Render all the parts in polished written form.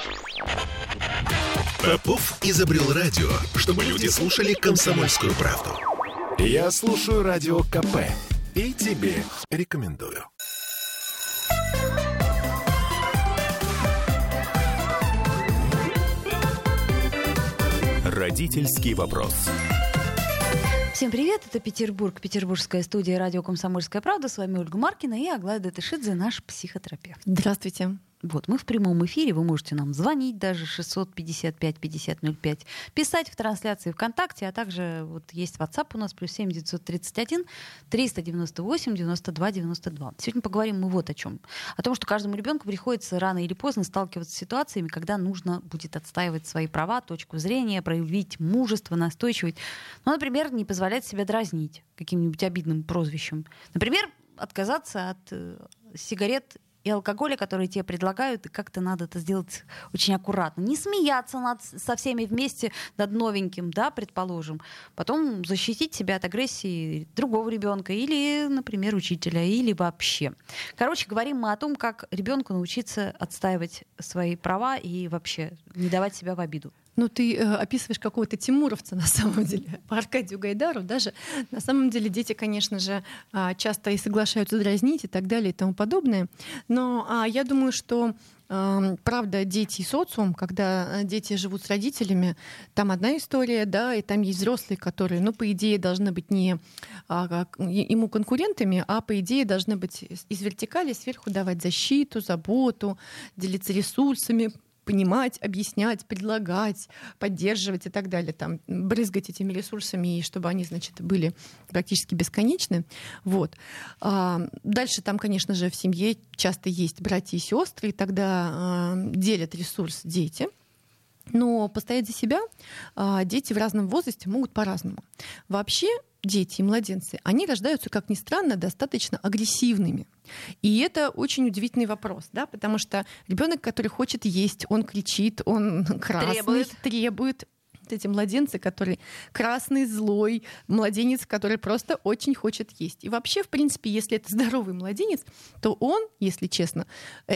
Попов изобрел радио, чтобы люди слушали «Комсомольскую правду». Я слушаю Радио КП и тебе рекомендую. Родительский вопрос. Всем привет, это Петербург, петербургская студия радио «Комсомольская правда». С вами Ольга Маркина и Аглая Датышидзе, наш психотерапевт. Здравствуйте. Вот, мы в прямом эфире, вы можете нам звонить даже 655-5005, писать в трансляции ВКонтакте, а также вот есть WhatsApp у нас, +7 931 398 92 92. Сегодня поговорим мы вот о чем. О том, что каждому ребенку приходится рано или поздно сталкиваться с ситуациями, когда нужно будет отстаивать свои права, точку зрения, проявить мужество, настойчивость. Ну, например, не позволять себя дразнить каким-нибудь обидным прозвищем. Например, отказаться от сигарет и алкоголя, которые тебе предлагают, и как-то надо это сделать очень аккуратно. Не смеяться со всеми вместе над новеньким, да, предположим. Потом защитить себя от агрессии другого ребенка или, например, учителя, или вообще. Короче, говорим мы о том, как ребенку научиться отстаивать свои права и вообще не давать себя в обиду. Ну, ты описываешь какого-то тимуровца, на самом деле, по Аркадию Гайдару даже. На самом деле дети, конечно же, часто и соглашаются дразнить и так далее и тому подобное. Но я думаю, что правда, дети и социум, когда дети живут с родителями, там одна история, да, и там есть взрослые, которые, ну, по идее, должны быть не ему конкурентами, а по идее должны быть из вертикали сверху давать защиту, заботу, делиться ресурсами, понимать, объяснять, предлагать, поддерживать и так далее, там, брызгать этими ресурсами, и чтобы они, значит, были практически бесконечны. Вот. Дальше там, конечно же, в семье часто есть братья и сестры, и тогда делят ресурс дети. Но постоять за себя дети в разном возрасте могут по-разному. Вообще дети и младенцы, они рождаются, как ни странно, достаточно агрессивными. И это очень удивительный вопрос, да, потому что ребенок, который хочет есть, он кричит, он красный, требует. Эти младенцы, которые красный, злой, младенец, который просто очень хочет есть. И вообще, в принципе, если это здоровый младенец, то он, если честно,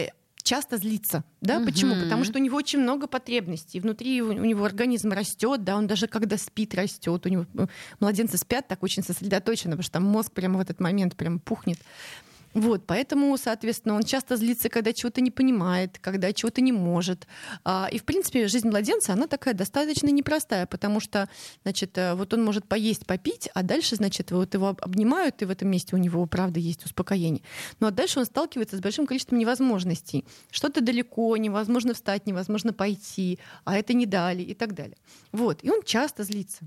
часто злится. Да? Почему? Потому что у него очень много потребностей. Внутри у него организм растет, да, он даже когда спит, растет. У него младенцы спят так очень сосредоточенно, потому что там мозг прямо в этот момент прямо пухнет. Вот, поэтому, соответственно, он часто злится, когда чего-то не понимает, когда чего-то не может. И, в принципе, жизнь младенца, она такая достаточно непростая, потому что, значит, вот он может поесть, попить, а дальше, значит, вот его обнимают, и в этом месте у него, правда, есть успокоение. Ну, а дальше он сталкивается с большим количеством невозможностей. Что-то далеко, невозможно встать, невозможно пойти, а это не дали и так далее. Вот, и он часто злится.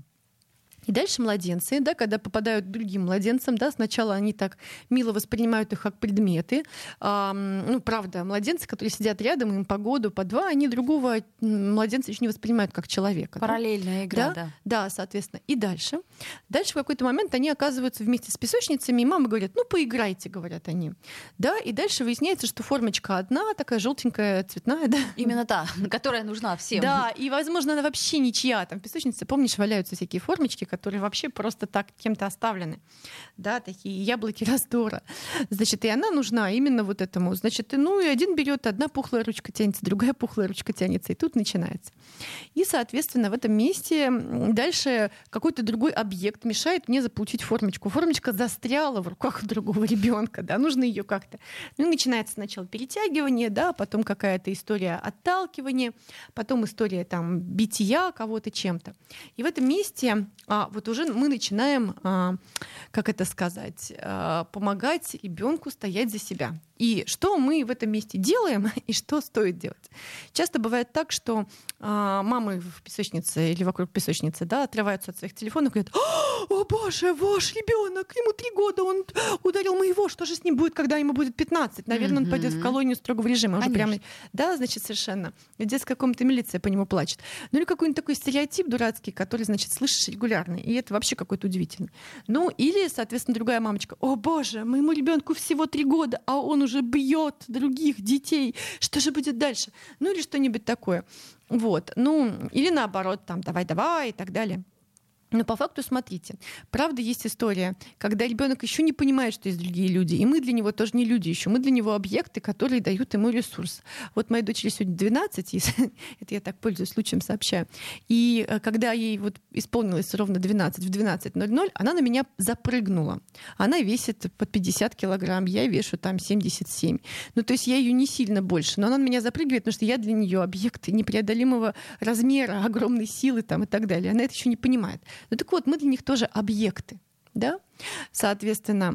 И дальше младенцы, да, когда попадают к другим младенцам, да, сначала они так мило воспринимают их как предметы. Ну, правда, младенцы, которые сидят рядом, им по году, по два, они другого младенца еще не воспринимают как человека. Параллельная игра, да. Да, соответственно. И дальше. Дальше в какой-то момент они оказываются вместе с песочницами, и мама говорит, ну, поиграйте, говорят они. Да, и дальше выясняется, что формочка одна, такая желтенькая, цветная, да. Именно та, которая нужна всем. Да, и, возможно, она вообще ничья. Там в песочнице, помнишь, валяются всякие формочки, которые вообще просто так кем-то оставлены. Да, такие яблоки раздора. Значит, и она нужна именно вот этому. Значит, ну и один берет, одна пухлая ручка тянется, другая пухлая ручка тянется, и тут начинается. И, соответственно, в этом месте дальше какой-то другой объект мешает мне заполучить формочку. Формочка застряла в руках другого ребенка, да, нужно ее как-то. Ну, начинается сначала перетягивание, да, потом какая-то история отталкивания, потом история там битья кого-то чем-то. И в этом месте вот уже мы начинаем, как это сказать, помогать ребенку стоять за себя. И что мы в этом месте делаем и что стоит делать? Часто бывает так, что мамы в песочнице или вокруг песочницы, да, отрываются от своих телефонов и говорят: «О боже, ваш ребенок, ему 3 года, он ударил моего, что же с ним будет, когда ему будет 15? Наверное, он пойдет в колонию строгого режима». Уже прямо, да, значит, совершенно. В детской комнате милиция по нему плачет. Ну или какой-нибудь такой стереотип дурацкий, который, значит, слышишь регулярно. И это вообще какой-то удивительный. Ну или, соответственно, другая мамочка: «О боже, моему ребенку всего 3 года, а он уже бьет других детей. Что же будет дальше?» Ну или что-нибудь такое. Вот. Ну или наоборот, там, давай и так далее. Но по факту, смотрите, правда есть история, когда ребенок еще не понимает, что есть другие люди, и мы для него тоже не люди еще, мы для него объекты, которые дают ему ресурс. Вот моей дочери сегодня 12, это я так пользуюсь случаем, сообщаю, и когда ей вот исполнилось ровно 12, в 12:00, она на меня запрыгнула. Она весит под 50 килограмм, я вешу там 77. Ну, то есть я ее не сильно больше, но она на меня запрыгивает, потому что я для нее объект непреодолимого размера, огромной силы там, и так далее. Она это еще не понимает. Ну так вот, мы для них тоже объекты, да, соответственно.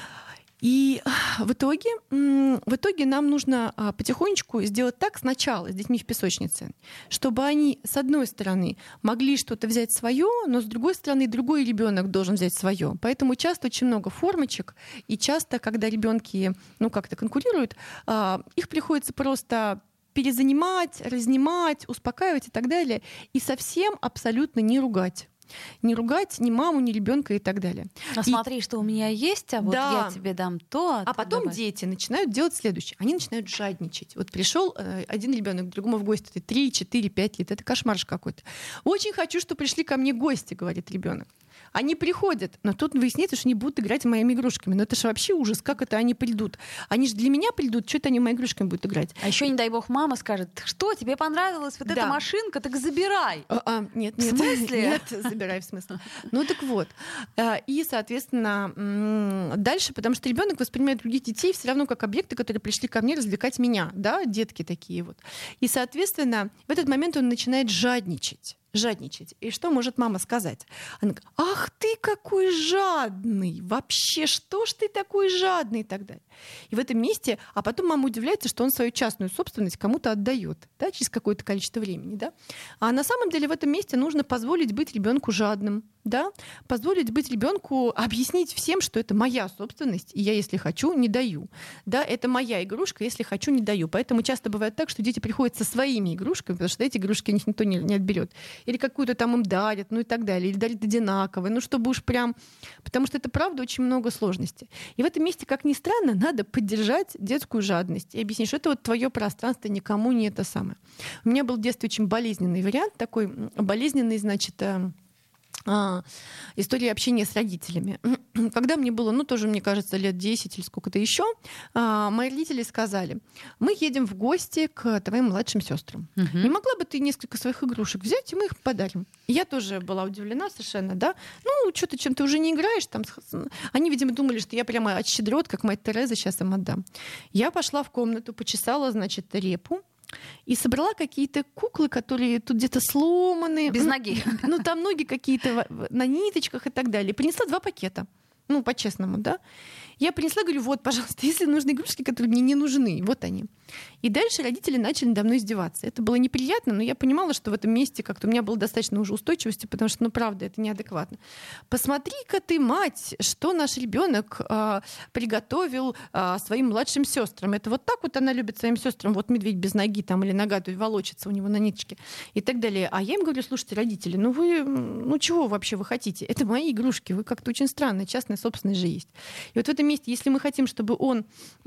И в итоге нам нужно потихонечку сделать так сначала с детьми в песочнице, чтобы они, с одной стороны, могли что-то взять свое, но с другой стороны, другой ребенок должен взять свое. Поэтому часто очень много формочек, и часто, когда ребенки как-то конкурируют, их приходится просто перезанимать, разнимать, успокаивать и так далее, и совсем абсолютно не ругать. Не ругать ни маму, ни ребенка и так далее. Смотри, что у меня есть, а вот я тебе дам то. А потом дети начинают делать следующее. Они начинают жадничать. Вот пришел один ребенок к другому в гости, 3, 4, 5 лет. Это кошмар какой-то. Очень хочу, чтобы пришли ко мне гости, говорит ребенок. Они приходят, но тут выясняется, что они будут играть моими игрушками. Но это же вообще ужас, как это они придут? Они же для меня придут, что это они моими игрушками будут играть? А еще, не дай бог, мама скажет, что, тебе понравилась вот эта машинка, так забирай. Нет, в смысле? Нет, забирай в смысле. Ну так вот. И, соответственно, дальше, потому что ребенок воспринимает других детей все равно как объекты, которые пришли ко мне развлекать меня, да, детки такие вот. И, соответственно, в этот момент он начинает жадничать. И что может мама сказать? Она говорит: ах ты какой жадный! Вообще, что ж ты такой жадный? И так далее. И в этом месте, а потом мама удивляется, что он свою частную собственность кому-то отдает, да, через какое-то количество времени. Да? А на самом деле в этом месте нужно позволить быть ребенку жадным, да? Позволить быть ребенку, объяснить всем, что это моя собственность, и я, если хочу, не даю. Да? Это моя игрушка, если хочу, не даю. Поэтому часто бывает так, что дети приходят со своими игрушками, потому что эти игрушки у них никто не отберет. Или какую-то там им дарят, ну и так далее, или дарят одинаковые, ну чтобы уж прям... Потому что это, правда, очень много сложностей. И в этом месте, как ни странно, надо поддержать детскую жадность и объяснить, что это вот твое пространство, никому не это самое. У меня был в детстве очень болезненный вариант, такой болезненный, значит... история общения с родителями. Когда мне было, тоже, мне кажется, лет 10 или сколько-то еще, мои родители сказали: мы едем в гости к твоим младшим сестрам. Не могла бы ты несколько своих игрушек взять, и мы их подарим? И я тоже была удивлена совершенно, да. Что-то, чем ты уже не играешь. Там... Они, видимо, думали, что я прямо отщедрот, как мать Тереза, сейчас им отдам. Я пошла в комнату, почесала, значит, репу, и собрала какие-то куклы, которые тут где-то сломаны. Без ноги. Там ноги какие-то на ниточках и так далее. Принесла 2 пакета. По-честному, да. Я принесла, говорю: вот, пожалуйста, если нужны игрушки, которые мне не нужны, вот они. И дальше родители начали надо мной издеваться. Это было неприятно, но я понимала, что в этом месте как-то у меня было достаточно уже устойчивости, потому что, правда, это неадекватно. Посмотри-ка ты, мать, что наш ребенок приготовил своим младшим сестрам. Это вот так вот она любит своим сестрам, вот медведь без ноги там, или нога волочится у него на ниточке и так далее. А я им говорю: слушайте, родители, вы, чего вообще вы хотите? Это мои игрушки, вы как-то очень странные, частная собственность же есть. И вот в этом месте, если мы хотим, чтобы он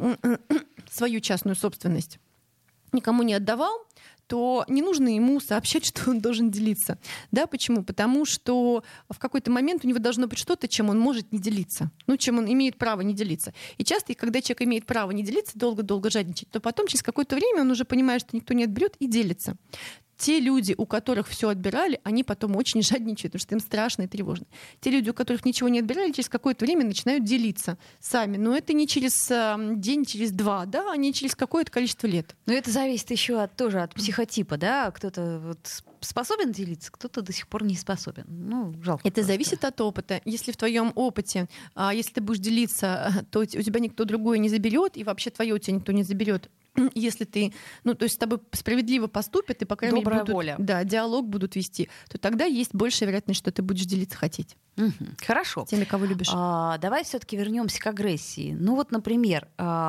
свою частную собственность никому не отдавал, то не нужно ему сообщать, что он должен делиться. Да, почему? Потому что в какой-то момент у него должно быть что-то, чем он может не делиться. Чем он имеет право не делиться. И часто, когда человек имеет право не делиться, долго-долго жадничать, то потом через какое-то время он уже понимает, что никто не отберет, и делится. Те люди, у которых все отбирали, они потом очень жадничают, потому что им страшно и тревожно. Те люди, у которых ничего не отбирали, через какое-то время начинают делиться сами. Но это не через день, через 2, да, а не через какое-то количество лет. Но это зависит еще тоже от психотипа, да? Кто-то способен делиться, кто-то до сих пор не способен. Жалко. Это зависит от опыта. Если в твоем опыте, если ты будешь делиться, то у тебя никто другой не заберет, и вообще твое у тебя никто не заберет. Если ты, то есть с тобой справедливо поступят, и, по крайней мере, добрая воля. Да, диалог будут вести, то тогда есть большая вероятность, что ты будешь делиться хотеть. Хорошо. Теми, кого любишь. Давай все-таки вернемся к агрессии. Ну вот, например,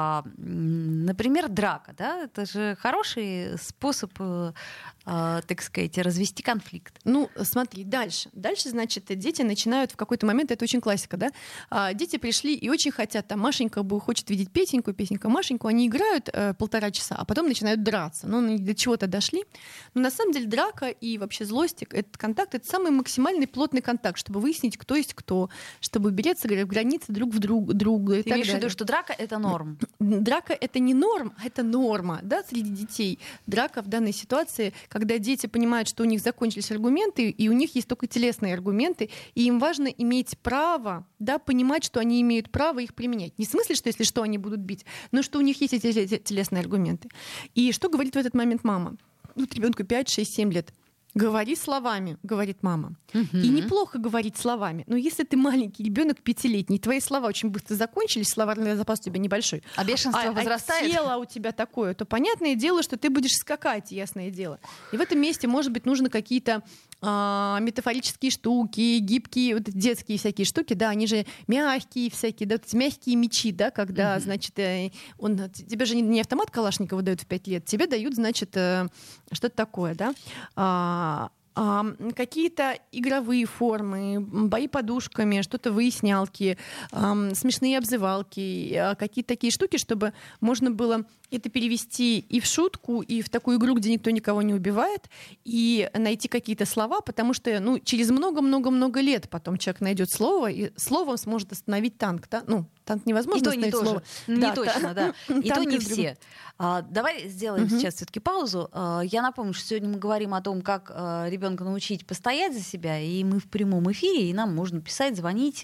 драка, да, это же хороший способ, так сказать, развести конфликт. Ну, смотри, дальше. Дальше, значит, дети начинают в какой-то момент, это очень классика, да, дети пришли и очень хотят, там, Машенька хочет видеть Петеньку, Петенька Машеньку, они играют 1,5 часа, а потом начинают драться. Ну, они до чего-то дошли. Но на самом деле драка и вообще злость, этот контакт, это самый максимальный плотный контакт, чтобы выяснить, кто есть кто, чтобы береться в границы друг в друга и Ты так имеешь в далее. виду, что драка — это норм? Драка — это не норм, а это норма, да, среди детей. Драка в данной ситуации, когда дети понимают, что у них закончились аргументы, и у них есть только телесные аргументы, и им важно иметь право, да, понимать, что они имеют право их применять. Не в смысле, что если что, они будут бить, но что у них есть эти телесные аргументы. И что говорит в этот момент мама? Вот ребенку 5, 6, 7 лет. Говори словами, говорит мама. И неплохо говорить словами. Но если ты маленький ребенок 5-летний, твои слова очень быстро закончились, словарный запас у тебя небольшой, а бешенство возрастает, а тело у тебя такое, то понятное дело, что ты будешь скакать, ясное дело. И в этом месте, может быть, нужны какие-то метафорические штуки, гибкие, вот детские всякие штуки, да, они же мягкие всякие, да, мягкие мечи, да, когда, значит, тебе же не автомат Калашникова дают в 5 лет, тебе дают, значит, что-то такое, да, какие-то игровые формы, бои подушками, что-то выяснялки, смешные обзывалки, какие-то такие штуки, чтобы можно было это перевести и в шутку, и в такую игру, где никто никого не убивает, и найти какие-то слова, потому что, ну, через много-много-много лет потом человек найдет слово, и словом сможет остановить танк. Да? Ну, танк невозможно остановить слово. Не точно, да. И то не все. Давай сделаем сейчас все-таки паузу. Я напомню, что сегодня мы говорим о том, как ребенка научить постоять за себя, и мы в прямом эфире, и нам можно писать, звонить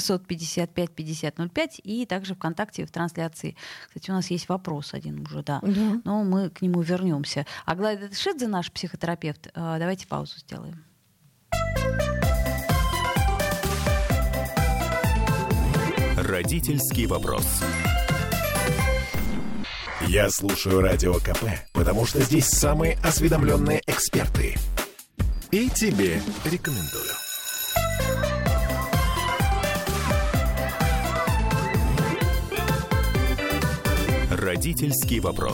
655-5005, и также ВКонтакте в трансляции. Кстати, у нас есть вопрос один уже, да. Но мы к нему вернемся. Аглая Датышидзе, наш психотерапевт. Давайте паузу сделаем. Родительский вопрос. Я слушаю Радио КП, потому что здесь самые осведомленные эксперты. И тебе рекомендую. Родительский вопрос.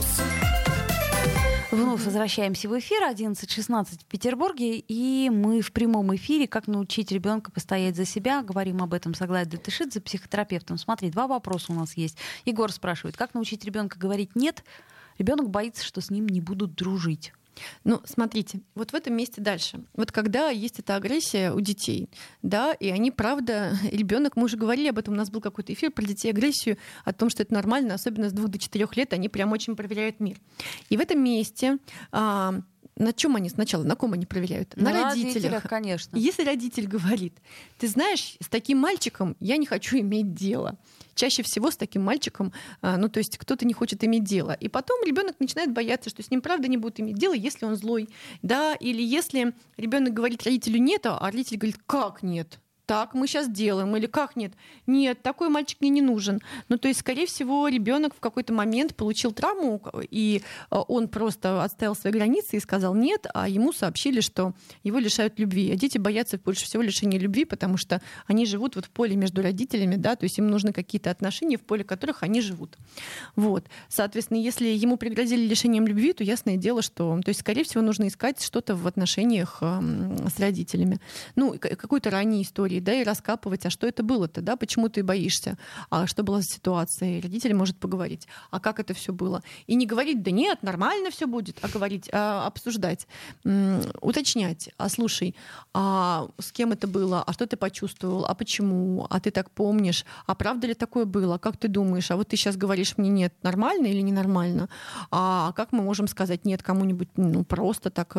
Вновь возвращаемся в эфир. 11:16 в Петербурге. И мы в прямом эфире «Как научить ребенка постоять за себя». Говорим об этом с Аглаей Датышидзе, психотерапевтом. Смотри, 2 вопроса у нас есть. Егор спрашивает, как научить ребенка говорить «нет». Ребенок боится, что с ним не будут дружить. Ну, смотрите, вот в этом месте дальше. Вот когда есть эта агрессия у детей, да, и они, правда, ребенок, мы уже говорили об этом, у нас был какой-то эфир про детей, агрессию, о том, что это нормально, особенно с 2 до 4 лет, они прям очень проверяют мир. И в этом месте на чем они сначала, на ком они проверяют? На родителях, конечно. Если родитель говорит, ты знаешь, с таким мальчиком я не хочу иметь дело. Чаще всего с таким мальчиком, ну, то есть кто-то не хочет иметь дело. И потом ребенок начинает бояться, что с ним правда не будут иметь дело, если он злой. Да? Или если ребенок говорит родителю «нет», а родитель говорит «как нет?» Так, мы сейчас делаем. Или как нет? Нет, такой мальчик мне не нужен. Ну, то есть, скорее всего, ребенок в какой-то момент получил травму, и он просто отстоял свои границы и сказал нет, а ему сообщили, что его лишают любви. А дети боятся больше всего лишения любви, потому что они живут вот в поле между родителями, да, то есть им нужны какие-то отношения, в поле которых они живут. Вот. Соответственно, если ему пригрозили лишением любви, то ясное дело, что... То есть, скорее всего, нужно искать что-то в отношениях с родителями. Ну, какую-то раннюю историю, да, и раскапывать, а что это было-то, да, почему ты боишься, а что была за ситуация, и родитель может поговорить, а как это все было. И не говорить, да нет, нормально все будет, а говорить, обсуждать, уточнять, а слушай, а с кем это было, а что ты почувствовал, а почему, а ты так помнишь, а правда ли такое было, как ты думаешь, а вот ты сейчас говоришь мне нет, нормально или ненормально, а как мы можем сказать нет кому-нибудь, ну, просто так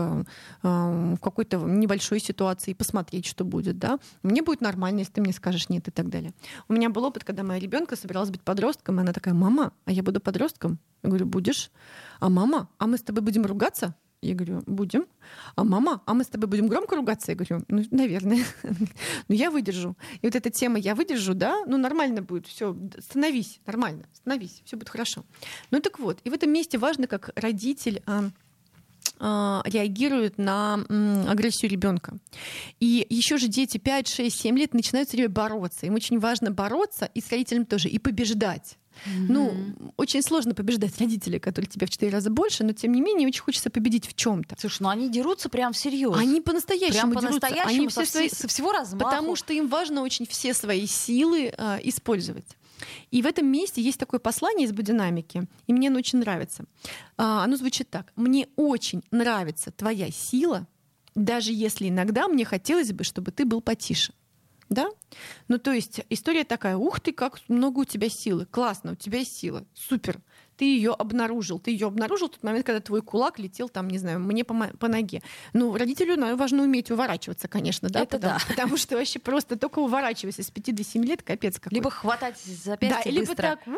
в какой-то небольшой ситуации посмотреть, что будет, да, мне будет нормально, если ты мне скажешь нет и так далее. У меня был опыт, когда моя ребенка собиралась быть подростком, и она такая: мама, а я буду подростком? Я говорю, будешь. А мама, а мы с тобой будем ругаться? Я говорю, будем. А мама, а мы с тобой будем громко ругаться? Я говорю, ну, наверное. Но я выдержу. И вот эта тема «я выдержу», да, ну, нормально будет, все, становись, нормально, становись, все будет хорошо. Ну, так вот, и в этом месте важно, как родитель реагируют на агрессию ребенка. И еще же дети 5, 6, 7 лет начинают все время бороться. Им очень важно бороться, и с родителями тоже, и побеждать. Ну, очень сложно побеждать родителей, которые тебя в 4 раза больше, но тем не менее очень хочется победить в чем-то. Слушай, ну они дерутся прям всерьез. Они по-настоящему прям дерутся. По-настоящему, Они со всего размаху. Потому что им важно очень все свои силы использовать. И в этом месте есть такое послание из бодинамики, и мне оно очень нравится. Оно звучит так. «Мне очень нравится твоя сила, даже если иногда мне хотелось бы, чтобы ты был потише». Да? Ну, то есть история такая: ух ты, как много у тебя силы. Классно, у тебя есть сила. Супер. Ты ее обнаружил. Ты ее обнаружил в тот момент, когда твой кулак летел там, не знаю, мне по ноге. Ну, родителю, наверное, важно уметь уворачиваться, конечно, да? Потому что вообще просто только уворачивайся с 5 до 7 лет, капец какой. Либо хватать запястье да, быстро. либо так,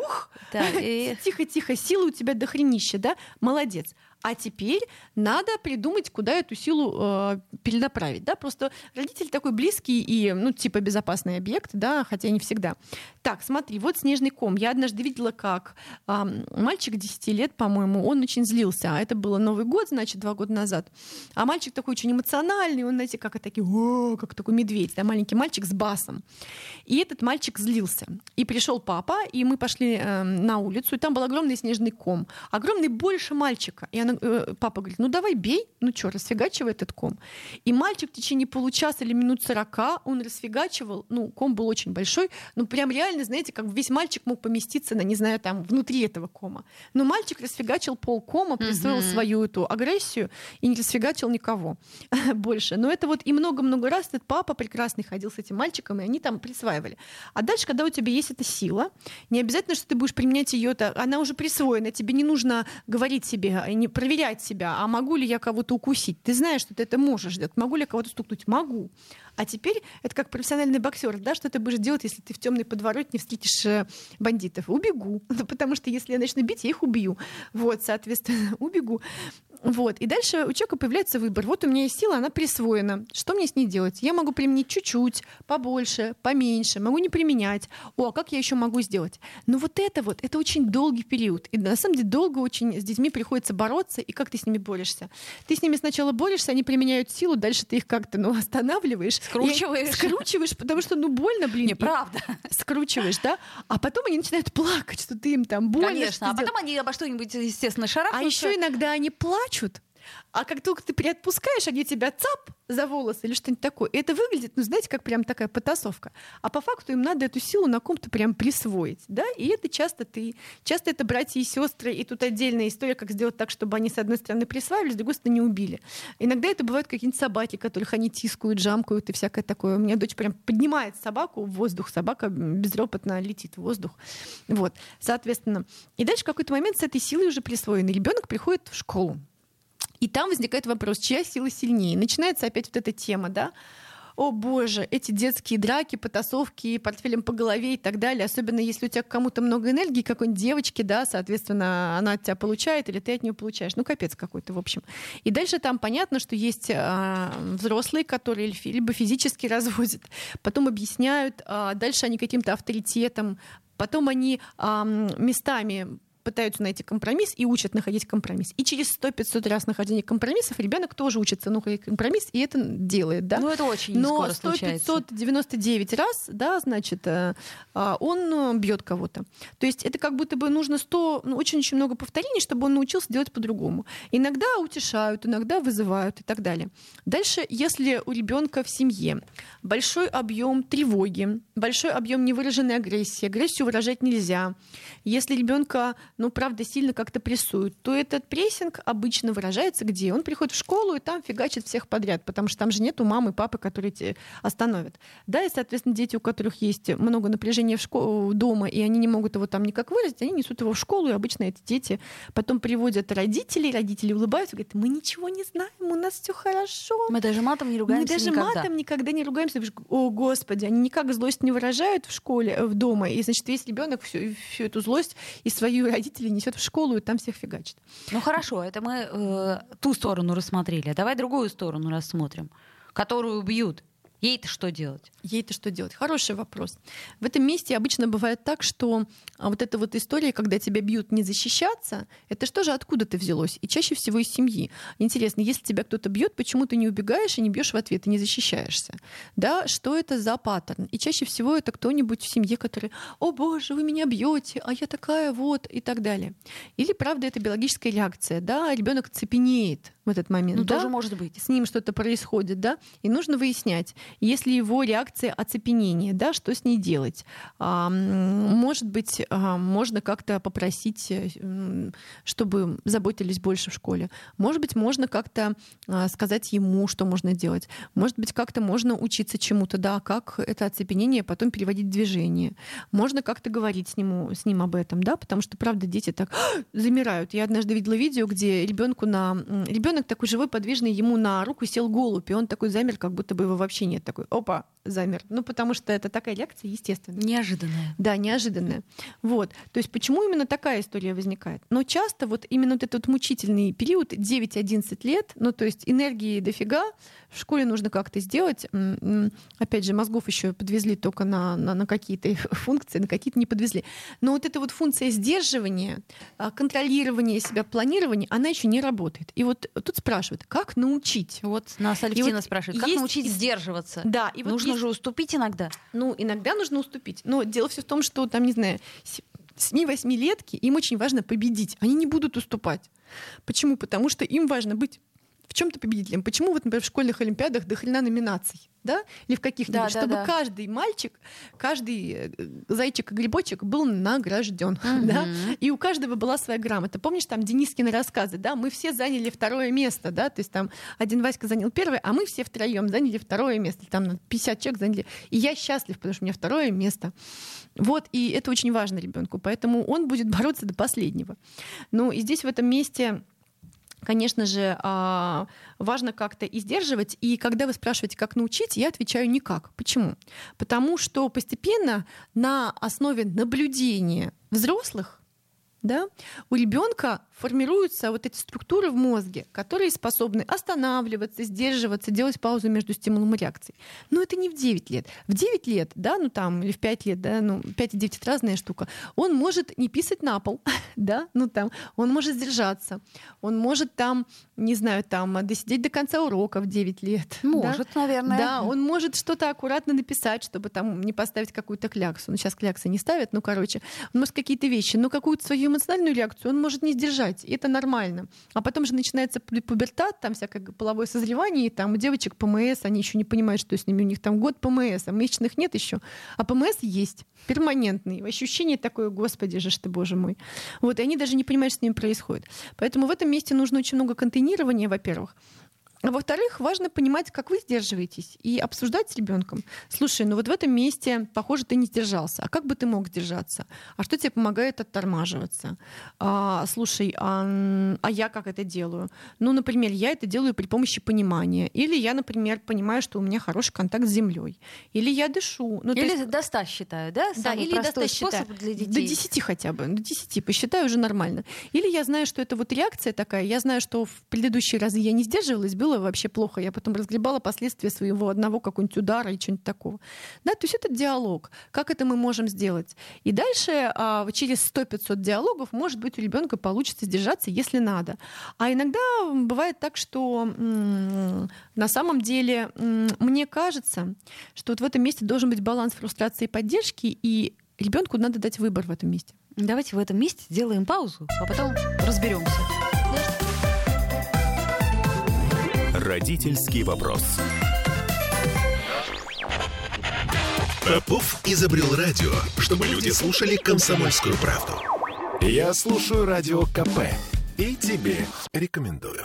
тихо-тихо, силы у тебя дохренища, да? Молодец. А теперь надо придумать, куда эту силу перенаправить. Да? Просто родитель такой близкий и, ну, типа безопасный объект, да, хотя не всегда. Так, смотри, вот снежный ком. Я однажды видела, как мальчик 10 лет, по-моему, он очень злился. А это было Новый год, значит, 2 года назад. А мальчик такой очень эмоциональный, он, знаете, как такой медведь, да, маленький мальчик с басом. И этот мальчик злился. И пришел папа, и мы пошли на улицу, и там был огромный снежный ком. Огромный, больше мальчика. И папа говорит: ну давай бей, ну что, расфигачивай этот ком. И мальчик в течение получаса или минут 40 он расфигачивал, ну, ком был очень большой, ну, прям реально, знаете, как весь мальчик мог поместиться на, не знаю, там, внутри этого кома. Но мальчик расфигачил полкома, присвоил свою эту агрессию и не расфигачил никого больше. Но это вот и много-много раз этот папа прекрасный ходил с этим мальчиком, и они там присваивали. А дальше, когда у тебя есть эта сила, не обязательно, что ты будешь применять ее, она уже присвоена, тебе не нужно говорить себе, не проверять себя, а могу ли я кого-то укусить. Ты знаешь, что ты это можешь делать. Могу ли я кого-то стукнуть? Могу. А теперь это как профессиональный боксер, да, что ты будешь делать, если ты в темной подворотне встретишь бандитов? Убегу. Потому что если я начну бить, я их убью. Вот, соответственно, убегу. Вот. И дальше у человека появляется выбор. Вот у меня есть сила, она присвоена. Что мне с ней делать? Я могу применить чуть-чуть, побольше, поменьше. Могу не применять. А как я еще могу сделать? Но вот это очень долгий период. И на самом деле долго очень с детьми приходится бороться. И как ты с ними борешься? Ты с ними сначала борешься, они применяют силу, дальше ты их как-то, останавливаешь. Скручиваешь, потому что, больно, блин. Неправда. Скручиваешь, да? А потом они начинают плакать, что ты им там больно. Конечно, а потом они обо что-нибудь, естественно, шарахаются. А еще иногда они плачут. А как только ты приотпускаешь, они тебя цап за волосы или что-нибудь такое. И это выглядит, знаете, как прям такая потасовка. А по факту им надо эту силу на ком-то прям присвоить. Да? И это часто ты. Часто это братья и сестры. И тут отдельная история, как сделать так, чтобы они, с одной стороны, присваивали, с другой стороны, не убили. Иногда это бывают какие-нибудь собаки, которых они тискают, жамкают и всякое такое. У меня дочь прям поднимает собаку в воздух. Собака безропотно летит в воздух. Вот. Соответственно. И дальше в какой-то момент с этой силой уже присвоенный ребенок приходит в школу. И там возникает вопрос, чья сила сильнее. Начинается опять вот эта тема, да? О боже, эти детские драки, потасовки, портфелем по голове и так далее. Особенно если у тебя к кому-то много энергии, какой-нибудь девочки, да, соответственно, она от тебя получает или ты от нее получаешь. Ну, капец какой-то, в общем. И дальше там понятно, что есть взрослые, которые либо физически разводят, потом объясняют, дальше они каким-то авторитетом, потом они местами пытаются найти компромисс и учат находить компромисс. И через 100-500 раз нахождения компромиссов ребенок тоже учится находить компромисс, и это делает. Да? Ну, это очень не скоро случается. Но 100-599 раз, да, значит, он бьет кого-то. То есть это как будто бы нужно очень-очень много повторений, чтобы он научился делать по-другому. Иногда утешают, иногда вызывают и так далее. Дальше, если у ребенка в семье большой объем тревоги, большой объем невыраженной агрессии, агрессию выражать нельзя. Если ребенка правда, сильно как-то прессуют, то этот прессинг обычно выражается где? Он приходит в школу и там фигачит всех подряд, потому что там же нету мамы, папы, которые тебя остановят. Да, и, соответственно, дети, у которых есть много напряжения дома, и они не могут его там никак выразить, они несут его в школу, и обычно эти дети потом приводят родители улыбаются, говорят: мы ничего не знаем, у нас все хорошо. Мы даже матом не ругаемся никогда. Матом никогда не ругаемся. О, Господи, они никак злость не выражают в школе, в дома, и, значит, весь ребенок всю эту злость и свою родителей несет в школу и там всех фигачит. Ну хорошо, это мы ту сторону рассмотрели. Давай другую сторону рассмотрим, которую бьют. Ей-то что делать? Ей-то что делать? Хороший вопрос. В этом месте обычно бывает так, что вот эта вот история, когда тебя бьют не защищаться, это что же откуда-то взялось? И чаще всего из семьи. Интересно, если тебя кто-то бьет, почему ты не убегаешь и не бьешь в ответ, и не защищаешься? Да, что это за паттерн? И чаще всего это кто-нибудь в семье, который: «О боже, вы меня бьете, а я такая вот», и так далее. Или, правда, это биологическая реакция, да, ребенок цепенеет в этот момент. Ну, да? тоже может быть. С ним что-то происходит, да, и нужно выяснять, если его реакция оцепенения, да, что с ней делать. Может быть, можно как-то попросить, чтобы заботились больше в школе. Может быть, можно как-то сказать ему, что можно делать. Может быть, как-то можно учиться чему-то, да, как это оцепенение потом переводить в движение. Можно как-то говорить с ним об этом, да, потому что, правда, дети так замирают. Я однажды видела видео, где ребенок такой живой, подвижный, ему на руку сел голубь, и он такой замер, как будто бы его вообще нет. Такой, опа, замер. Ну, потому что это такая реакция естественная. Неожиданная. Да, неожиданная. Вот. То есть почему именно такая история возникает? Но часто вот именно вот этот мучительный период, 9-11 лет, ну, то есть энергии дофига, в школе нужно как-то сделать. Опять же, мозгов еще подвезли только на какие-то функции, на какие-то не подвезли. Но вот эта вот функция сдерживания, контролирования себя, планирования, она еще не работает. И вот тут спрашивают, как научить? Вот нас Алевтина вот спрашивает, как научить сдерживаться? Да, и вот нужно же уступить иногда. Ну, иногда нужно уступить. Но дело все в том, что там, не знаю, 7-8-летки, им очень важно победить. Они не будут уступать. Почему? Потому что им важно быть в чем-то победителем. Почему вот, например, в школьных олимпиадах до хрена номинаций, да? Или в каких-нибудь, чтобы каждый мальчик, каждый зайчик и грибочек был награжден, да? И у каждого была своя грамота. Помнишь, там Денискины рассказы, да? Мы все заняли 2 место, да? То есть там один Васька занял 1, а мы все втроем заняли 2 место. Там 50 человек заняли. И я счастлив, потому что у меня 2 место. Вот, и это очень важно ребенку, поэтому он будет бороться до последнего. Ну, и здесь в этом месте, конечно же, важно как-то и сдерживать. И когда вы спрашиваете, как научить, я отвечаю никак. Почему? Потому что постепенно на основе наблюдения взрослых, да, у ребенка формируются вот эти структуры в мозге, которые способны останавливаться, сдерживаться, делать паузу между стимулом и реакцией. Но это не в 9 лет. В 9 лет, да, ну там, или в 5 лет, да, ну 5 и 9 — это разная штука. Он может не писать на пол, да, ну там, он может сдержаться, он может там, не знаю, там, досидеть до конца урока в 9 лет. Может, да? Наверное. Да, он может что-то аккуратно написать, чтобы там не поставить какую-то кляксу. Ну, сейчас кляксы не ставят, ну, короче, он может какие-то вещи, но какую-то свою эмоциональную реакцию он может не сдержать. И это нормально. А потом же начинается пубертат, там всякое половое созревание, и там у девочек ПМС, они еще не понимают, что с ними, у них там год ПМС, а месячных нет еще. А ПМС есть, перманентный. Ощущение такое, господи же ж ты, боже мой. Вот, и они даже не понимают, что с ними происходит. Поэтому в этом месте нужно очень много контейнирования, во-первых. А во-вторых, важно понимать, как вы сдерживаетесь, и обсуждать с ребенком. Слушай, ну вот в этом месте, похоже, ты не сдержался. А как бы ты мог сдержаться? А что тебе помогает оттормаживаться? Слушай, а я как это делаю? Ну, например, я это делаю при помощи понимания. Или я, например, понимаю, что у меня хороший контакт с землей. Или я дышу. Ну, или до 100 считаю, да? Самый или простой до 100 способ считаю. для детей. До 10 хотя бы. До 10 посчитаю, уже нормально. Или я знаю, что это вот реакция такая. Я знаю, что в предыдущие разы я не сдерживалась, было вообще плохо. Я потом разгребала последствия своего одного какого-нибудь удара или чего-нибудь такого. Да, то есть это диалог. Как это мы можем сделать? И дальше через 100-500 диалогов, может быть, у ребенка получится сдержаться, если надо. А иногда бывает так, что на самом деле мне кажется, что вот в этом месте должен быть баланс фрустрации и поддержки, и ребенку надо дать выбор в этом месте. Давайте в этом месте сделаем паузу, а потом разберемся. Родительский вопрос. Попов изобрел радио, чтобы люди слушали «Комсомольскую правду». Я слушаю радио КП и тебе рекомендую.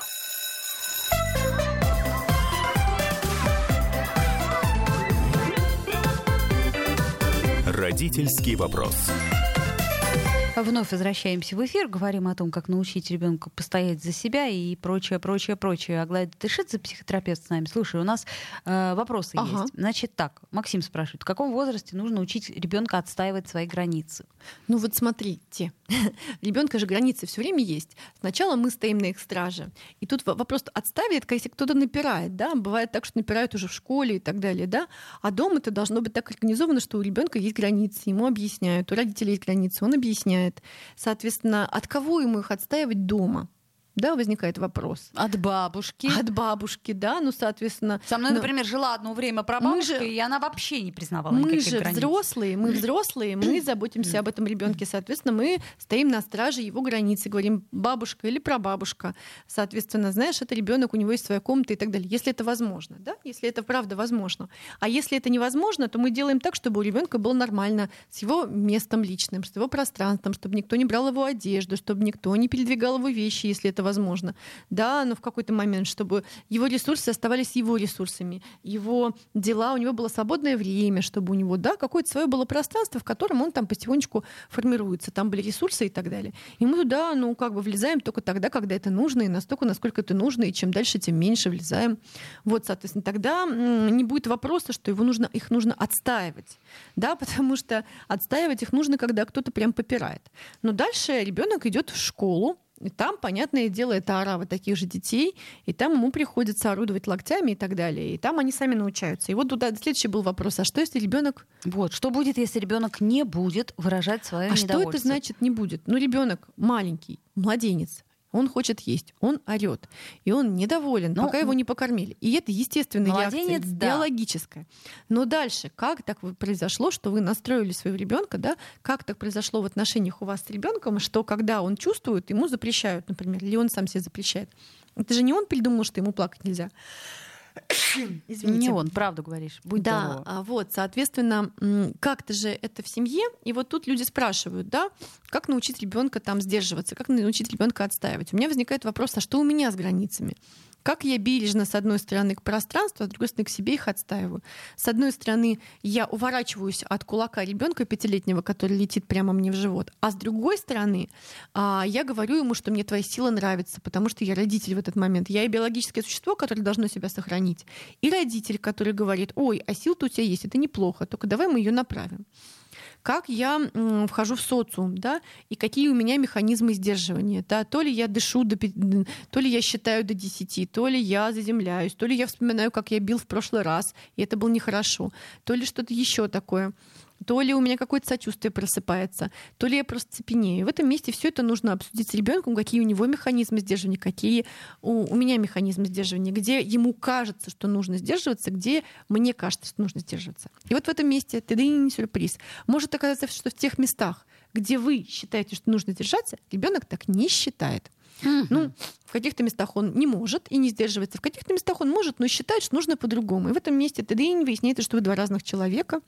Родительский вопрос. Вновь возвращаемся в эфир, говорим о том, как научить ребенка постоять за себя и прочее. Аглая Датышидзе, психотерапевт, с нами. Слушай, у нас вопросы есть. Значит так, Максим спрашивает, в каком возрасте нужно учить ребенка отстаивать свои границы? Ну вот смотрите, ребенка же границы все время есть. Сначала мы стоим на их страже. И тут вопрос отставит, если кто-то напирает. Да? Бывает так, что напирают уже в школе и так далее. Да? А дома это должно быть так организовано, что у ребенка есть границы, ему объясняют, у родителей есть границы, он объясняет. Соответственно, от кого ему их отстаивать дома? Да, возникает вопрос. От бабушки. От бабушки, да, ну, соответственно... Со мной, например, жила одно время прабабушка, и она вообще не признавала никаких границ. Мы взрослые, мы заботимся об этом ребенке, соответственно, мы стоим на страже его границы, говорим бабушка или прабабушка, соответственно, знаешь, это ребенок, у него есть своя комната и так далее, если это возможно, да, если это правда возможно. А если это невозможно, то мы делаем так, чтобы у ребенка было нормально с его местом личным, с его пространством, чтобы никто не брал его одежду, чтобы никто не передвигал его вещи, если это возможно, да, но в какой-то момент, чтобы его ресурсы оставались его ресурсами, его дела, у него было свободное время, чтобы у него, да, какое-то свое было пространство, в котором он там потихонечку формируется, там были ресурсы и так далее. И мы туда, ну, как бы влезаем только тогда, когда это нужно, и настолько, насколько это нужно, и чем дальше, тем меньше влезаем. Вот, соответственно, тогда не будет вопроса, что их нужно отстаивать, да, потому что отстаивать их нужно, когда кто-то прям попирает. Но дальше ребенок идет в школу, и там, понятное дело, это орава таких же детей, и там ему приходится орудовать локтями и так далее. И там они сами научаются. И вот туда следующий был вопрос: а что если ребенок? Вот, что будет, если ребенок не будет выражать свое недовольство? А что это значит не будет? Ну, ребенок маленький, младенец. Он хочет есть, он орет, и он недоволен, пока его не покормили. И это естественная реакция, биологическая. Но дальше, как так произошло, что вы настроили своего ребенка, да? Как так произошло в отношениях у вас с ребенком, что когда он чувствует, ему запрещают, например, или он сам себе запрещает. Это же не он придумал, что ему плакать нельзя. Извините. Не он, правду говоришь. Будь здорова. Да, вот, соответственно, как-то же это в семье. И вот тут люди спрашивают, да, как научить ребенка там сдерживаться, как научить ребенка отстаивать. У меня возникает вопрос: а что у меня с границами? Как я бережно, с одной стороны, к пространству, а с другой стороны, к себе их отстаиваю. С одной стороны, я уворачиваюсь от кулака ребенка 5-летнего, который летит прямо мне в живот. А с другой стороны, я говорю ему, что мне твоя сила нравится, потому что я родитель в этот момент. Я и биологическое существо, которое должно себя сохранить. И родитель, который говорит: ой, а сила-то у тебя есть, это неплохо, только давай мы ее направим. Как я вхожу в социум, да, и какие у меня механизмы сдерживания. Да? То ли я дышу, то ли я считаю до 10, то ли я заземляюсь, то ли я вспоминаю, как я бил в прошлый раз, и это было нехорошо, то ли что-то еще такое. То ли у меня какое-то сочувствие просыпается, то ли я просто цепенею. В этом месте все это нужно обсудить с ребенком, какие у него механизмы сдерживания, какие у меня механизмы сдерживания, где ему кажется, что нужно сдерживаться, где мне кажется, что нужно сдерживаться. И вот в этом месте ты сюрприз. Может оказаться, что в тех местах, где вы считаете, что нужно держаться, ребенок так не считает. Ну, в каких-то местах он не может и не сдерживается, в каких-то местах он может, но считает, что нужно по-другому. И в этом месте ты выясняется, что вы два разных человека,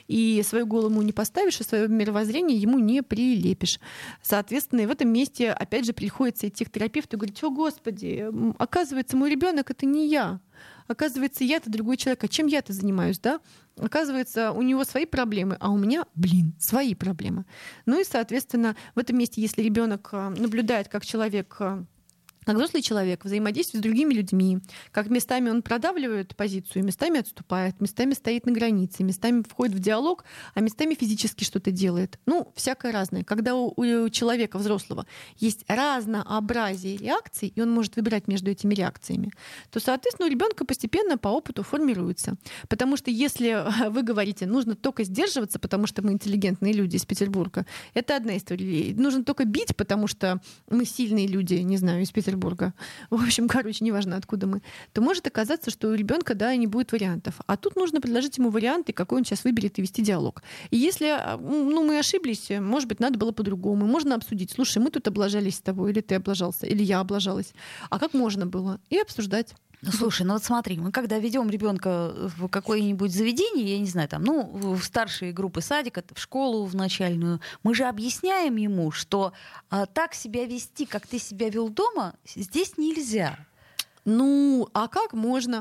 и свою голову ему не поставишь, и свое мировоззрение ему не прилепишь. Соответственно, и в этом месте, опять же, приходится идти к терапевту и говорить: о, Господи, оказывается, мой ребенок это не я. Оказывается, я-то другой человек. А чем я-то занимаюсь, да? Оказывается, у него свои проблемы, а у меня, свои проблемы. Ну и, соответственно, в этом месте, если ребенок наблюдает, как человек, как взрослый человек взаимодействует с другими людьми, как местами он продавливает позицию, местами отступает, местами стоит на границе, местами входит в диалог, а местами физически что-то делает. Ну, всякое разное. Когда у человека взрослого есть разнообразие реакций, и он может выбирать между этими реакциями, то, соответственно, у ребенка постепенно по опыту формируется. Потому что если вы говорите, нужно только сдерживаться, потому что мы интеллигентные люди из Петербурга, это одна история. Нужно только бить, потому что мы сильные люди, не знаю, из Петербурга. В общем, неважно, откуда мы, то может оказаться, что у ребенка, да, не будет вариантов. А тут нужно предложить ему варианты, какой он сейчас выберет, и вести диалог. И если мы ошиблись, может быть, надо было по-другому. Можно обсудить: слушай, мы тут облажались с тобой, или ты облажался, или я облажалась. А как можно было? И обсуждать. Слушай, ну вот смотри, мы когда ведем ребенка в какое-нибудь заведение, я не знаю, там, ну, в старшие группы садика, в школу, в начальную, мы же объясняем ему, что так себя вести, как ты себя вел дома, здесь нельзя. Ну, а как можно?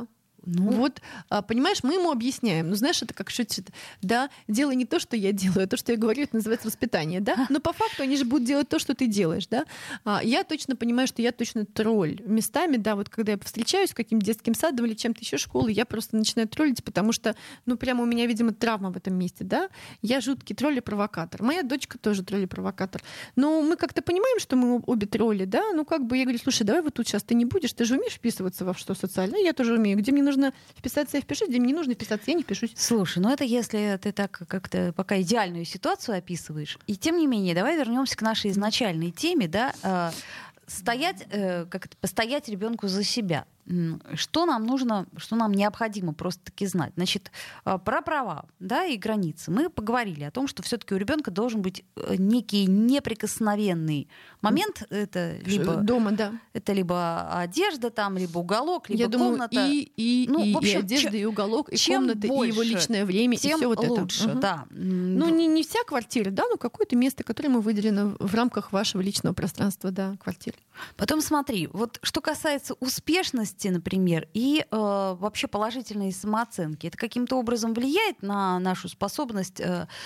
Вот, понимаешь, мы ему объясняем. Ну, знаешь, это как шутит. Да, делай не то, что я делаю, а то, что я говорю, это называется воспитание, да? Но по факту они же будут делать то, что ты делаешь, да? Я точно понимаю, что я точно тролль. Местами, да, вот когда я встречаюсь с каким-то детским садом или чем-то еще школой, я просто начинаю троллить, потому что, ну, прямо у меня, видимо, травма в этом месте, да? Я жуткий тролль и провокатор. Моя дочка тоже тролль и провокатор. Но мы как-то понимаем, что мы обе тролли, да? Ну, как бы я говорю, слушай, давай вот тут сейчас ты не будешь, ты же умеешь вписываться во что социальное, я тоже умею. Где мне нужно вписаться, я впишусь, где мне не нужно вписаться, я не впишусь. Слушай, ну это если ты так как-то пока идеальную ситуацию описываешь. И тем не менее, давай вернемся к нашей изначальной теме, да, постоять ребенку за себя. Что нам нужно, что нам необходимо просто-таки знать? Значит, про права, да, и границы. Мы поговорили о том, что все-таки у ребенка должен быть некий неприкосновенный момент. Это либо дома, да. Это либо одежда там, либо уголок, либо комната. В общем, и одежда, и уголок, и комната, и его личное время, и все вот лучше, это. Да. Ну, не вся квартира, да, но какое-то место, которое мы выделено в рамках вашего личного пространства, да, квартиры. Потом смотри, вот что касается успешности, например, и вообще положительной самооценки, это каким-то образом влияет на нашу способность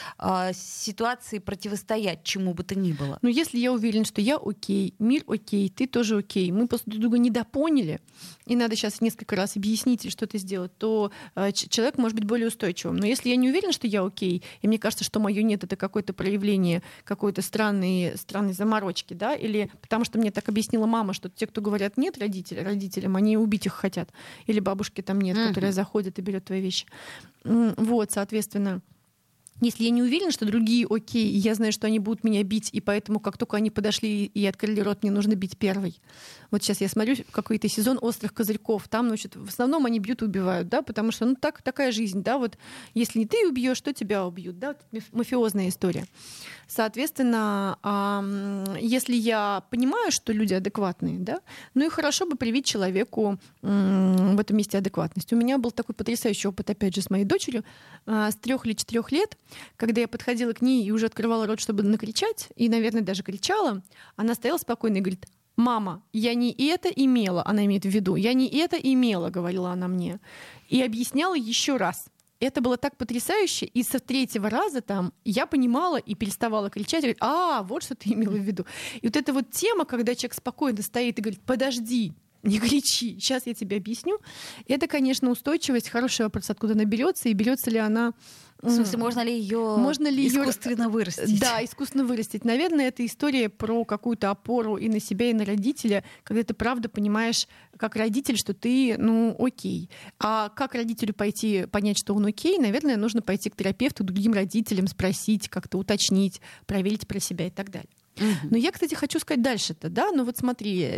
ситуации противостоять чему бы то ни было? Но если я уверен, что я окей, мир окей, ты тоже окей, мы просто друг друга недопоняли, и надо сейчас несколько раз объяснить или что-то сделать, то человек может быть более устойчивым. Но если я не уверен, что я окей, и мне кажется, что мое нет — это какое-то проявление какой-то странной заморочки, да, или потому что мне так объяснила мама, что те, кто говорят нет родителям, они убить их хотят, или бабушки там нет, которая заходит и берет твои вещи. Вот, соответственно, если я не уверена, что другие окей, и я знаю, что они будут меня бить, и поэтому, как только они подошли и открыли рот, мне нужно бить первой. Вот сейчас я смотрю какой-то сезон «Острых козырьков». Там, значит, в основном они бьют и убивают, да, потому что, ну, такая жизнь, да, вот если не ты убьешь, то тебя убьют, да, мафиозная история. Соответственно, если я понимаю, что люди адекватные, да, ну и хорошо бы привить человеку в этом месте адекватность. У меня был такой потрясающий опыт, опять же, с моей дочерью с 3 или 4 лет, когда я подходила к ней и уже открывала рот, чтобы накричать, и, наверное, даже кричала, она стояла спокойно и говорит: «Мама, я не это имела», она имеет в виду, «я не это имела», говорила она мне, и объясняла еще раз. Это было так потрясающе, и со 3-го раза там я понимала и переставала кричать, и говорит: вот что ты имела в виду. И вот эта вот тема, когда человек спокойно стоит и говорит: подожди, не кричи, сейчас я тебе объясню. Это, конечно, устойчивость, хороший вопрос, откуда она берется, и берется ли она... В смысле, можно ли ее искусственно вырастить? Да, искусственно вырастить. Наверное, это история про какую-то опору и на себя, и на родителя, когда ты правда понимаешь, как родитель, что ты, ну, окей. А как родителю понять, что он окей? Наверное, нужно пойти к терапевту, к другим родителям, спросить, как-то уточнить, проверить про себя и так далее. Но я, кстати, хочу сказать дальше-то, да, ну вот смотри,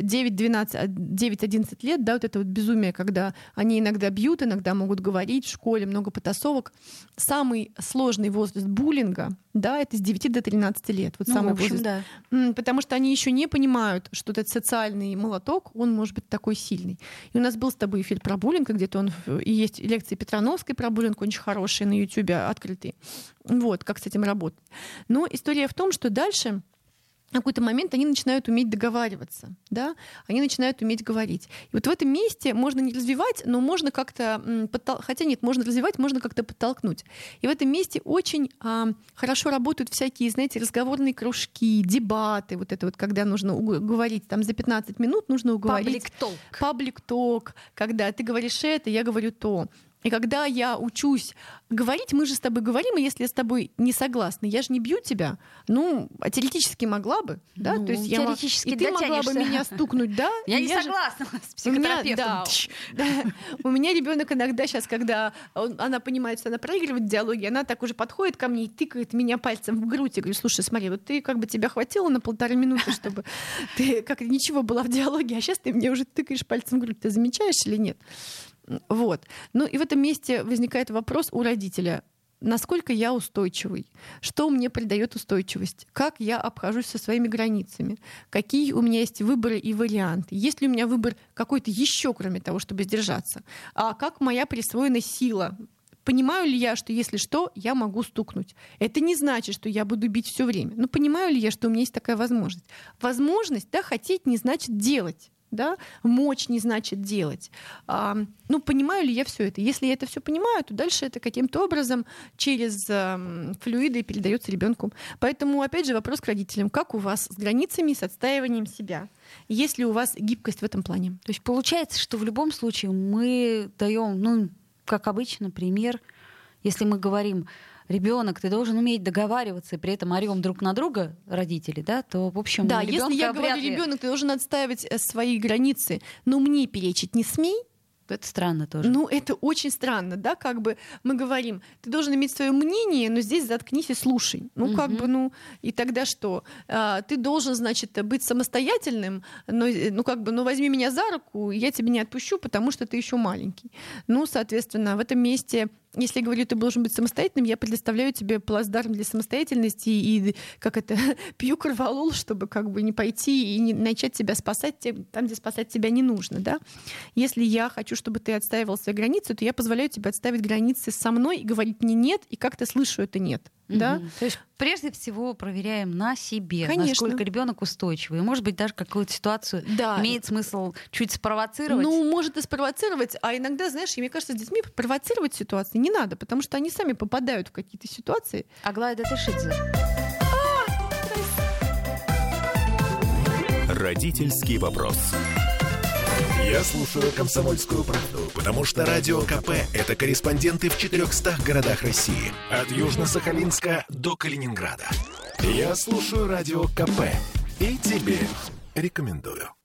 9-11 лет, да, вот это вот безумие, когда они иногда бьют, иногда могут говорить в школе, много потасовок. Самый сложный возраст буллинга, да, это с 9 до 13 лет, вот самый возраст. Да. Потому что они еще не понимают, что этот социальный молоток, он может быть такой сильный. И у нас был с тобой эфир про буллинг, где-то он, и есть лекции Петрановской про буллинг, очень хорошие, на Ютубе открытые. Вот, как с этим работать. Но история в том, что дальше... В какой-то момент они начинают уметь договариваться, да? Они начинают уметь говорить. И вот в этом месте можно не развивать, но можно как-то, хотя нет, можно развивать, можно как-то подтолкнуть. И в этом месте очень хорошо работают всякие, знаете, разговорные кружки, дебаты, вот это вот, когда нужно говорить, там за 15 минут нужно уговорить. Паблик-ток, когда ты говоришь это, я говорю то. И когда я учусь говорить, мы же с тобой говорим, и если я с тобой не согласна, я же не бью тебя, ну, теоретически могла бы, да? Ну, то есть теоретически и ты могла бы меня стукнуть, да? Я не согласна с психотерапевтом. У меня ребенок иногда сейчас, когда она понимает, что она проигрывает в диалоге, она так уже подходит ко мне и тыкает меня пальцем в грудь. Я говорю: слушай, смотри, вот ты как бы тебя хватило на 1,5 минуты, чтобы ты как ничего была в диалоге, а сейчас ты мне уже тыкаешь пальцем в грудь. Ты замечаешь или нет? Вот. Ну и в этом месте возникает вопрос у родителя: насколько я устойчивый, что мне придает устойчивость, как я обхожусь со своими границами, какие у меня есть выборы и варианты, есть ли у меня выбор какой-то еще, кроме того, чтобы сдержаться, а как моя присвоена сила. Понимаю ли я, что если что, я могу стукнуть? Это не значит, что я буду бить все время. Но понимаю ли я, что у меня есть такая возможность? Возможность, да, хотеть не значит делать. да? Мочь не значит делать. Ну, понимаю ли я все это? Если я это все понимаю, то дальше это каким-то образом через флюиды передается ребенку. Поэтому, опять же, вопрос к родителям. Как у вас с границами, с отстаиванием себя? Есть ли у вас гибкость в этом плане? То есть получается, что в любом случае мы даем, ну, как обычно, пример. Если мы говорим: ребенок, ты должен уметь договариваться, и при этом орем друг на друга родители, да, то, в общем, да, если я говорю: ребенок, ты должен отстаивать свои границы, но мне перечить не смей. Это странно тоже. Ну, это очень странно, да, как бы мы говорим: ты должен иметь свое мнение, но здесь заткнись и слушай. Ну, как бы, ну, и тогда что? Ты должен, значит, быть самостоятельным, но, ну, как бы, ну, возьми меня за руку, я тебя не отпущу, потому что ты еще маленький. Ну, соответственно, в этом месте, если я говорю, ты должен быть самостоятельным, я предоставляю тебе плацдарм для самостоятельности и, как это, пью корвалол, чтобы как бы не пойти и не начать тебя спасать там, где спасать тебя не нужно, да. Если я хочу, чтобы ты отстаивал свои границы, то я позволяю тебе отстаивать границы со мной и говорить мне нет, и как-то слышу это нет. Да? То есть прежде всего проверяем на себе, конечно, насколько ребенок устойчивый. И, может быть, даже какую-то ситуацию имеет смысл чуть спровоцировать. Ну, может и спровоцировать, а иногда, знаешь, мне кажется, с детьми провоцировать ситуации не надо, потому что они сами попадают в какие-то ситуации. Аглая Датышидзе. Родительский вопрос. Я слушаю «Комсомольскую правду», потому что Радио КП — это корреспонденты в 400 городах России. От Южно-Сахалинска до Калининграда. Я слушаю Радио КП и тебе рекомендую.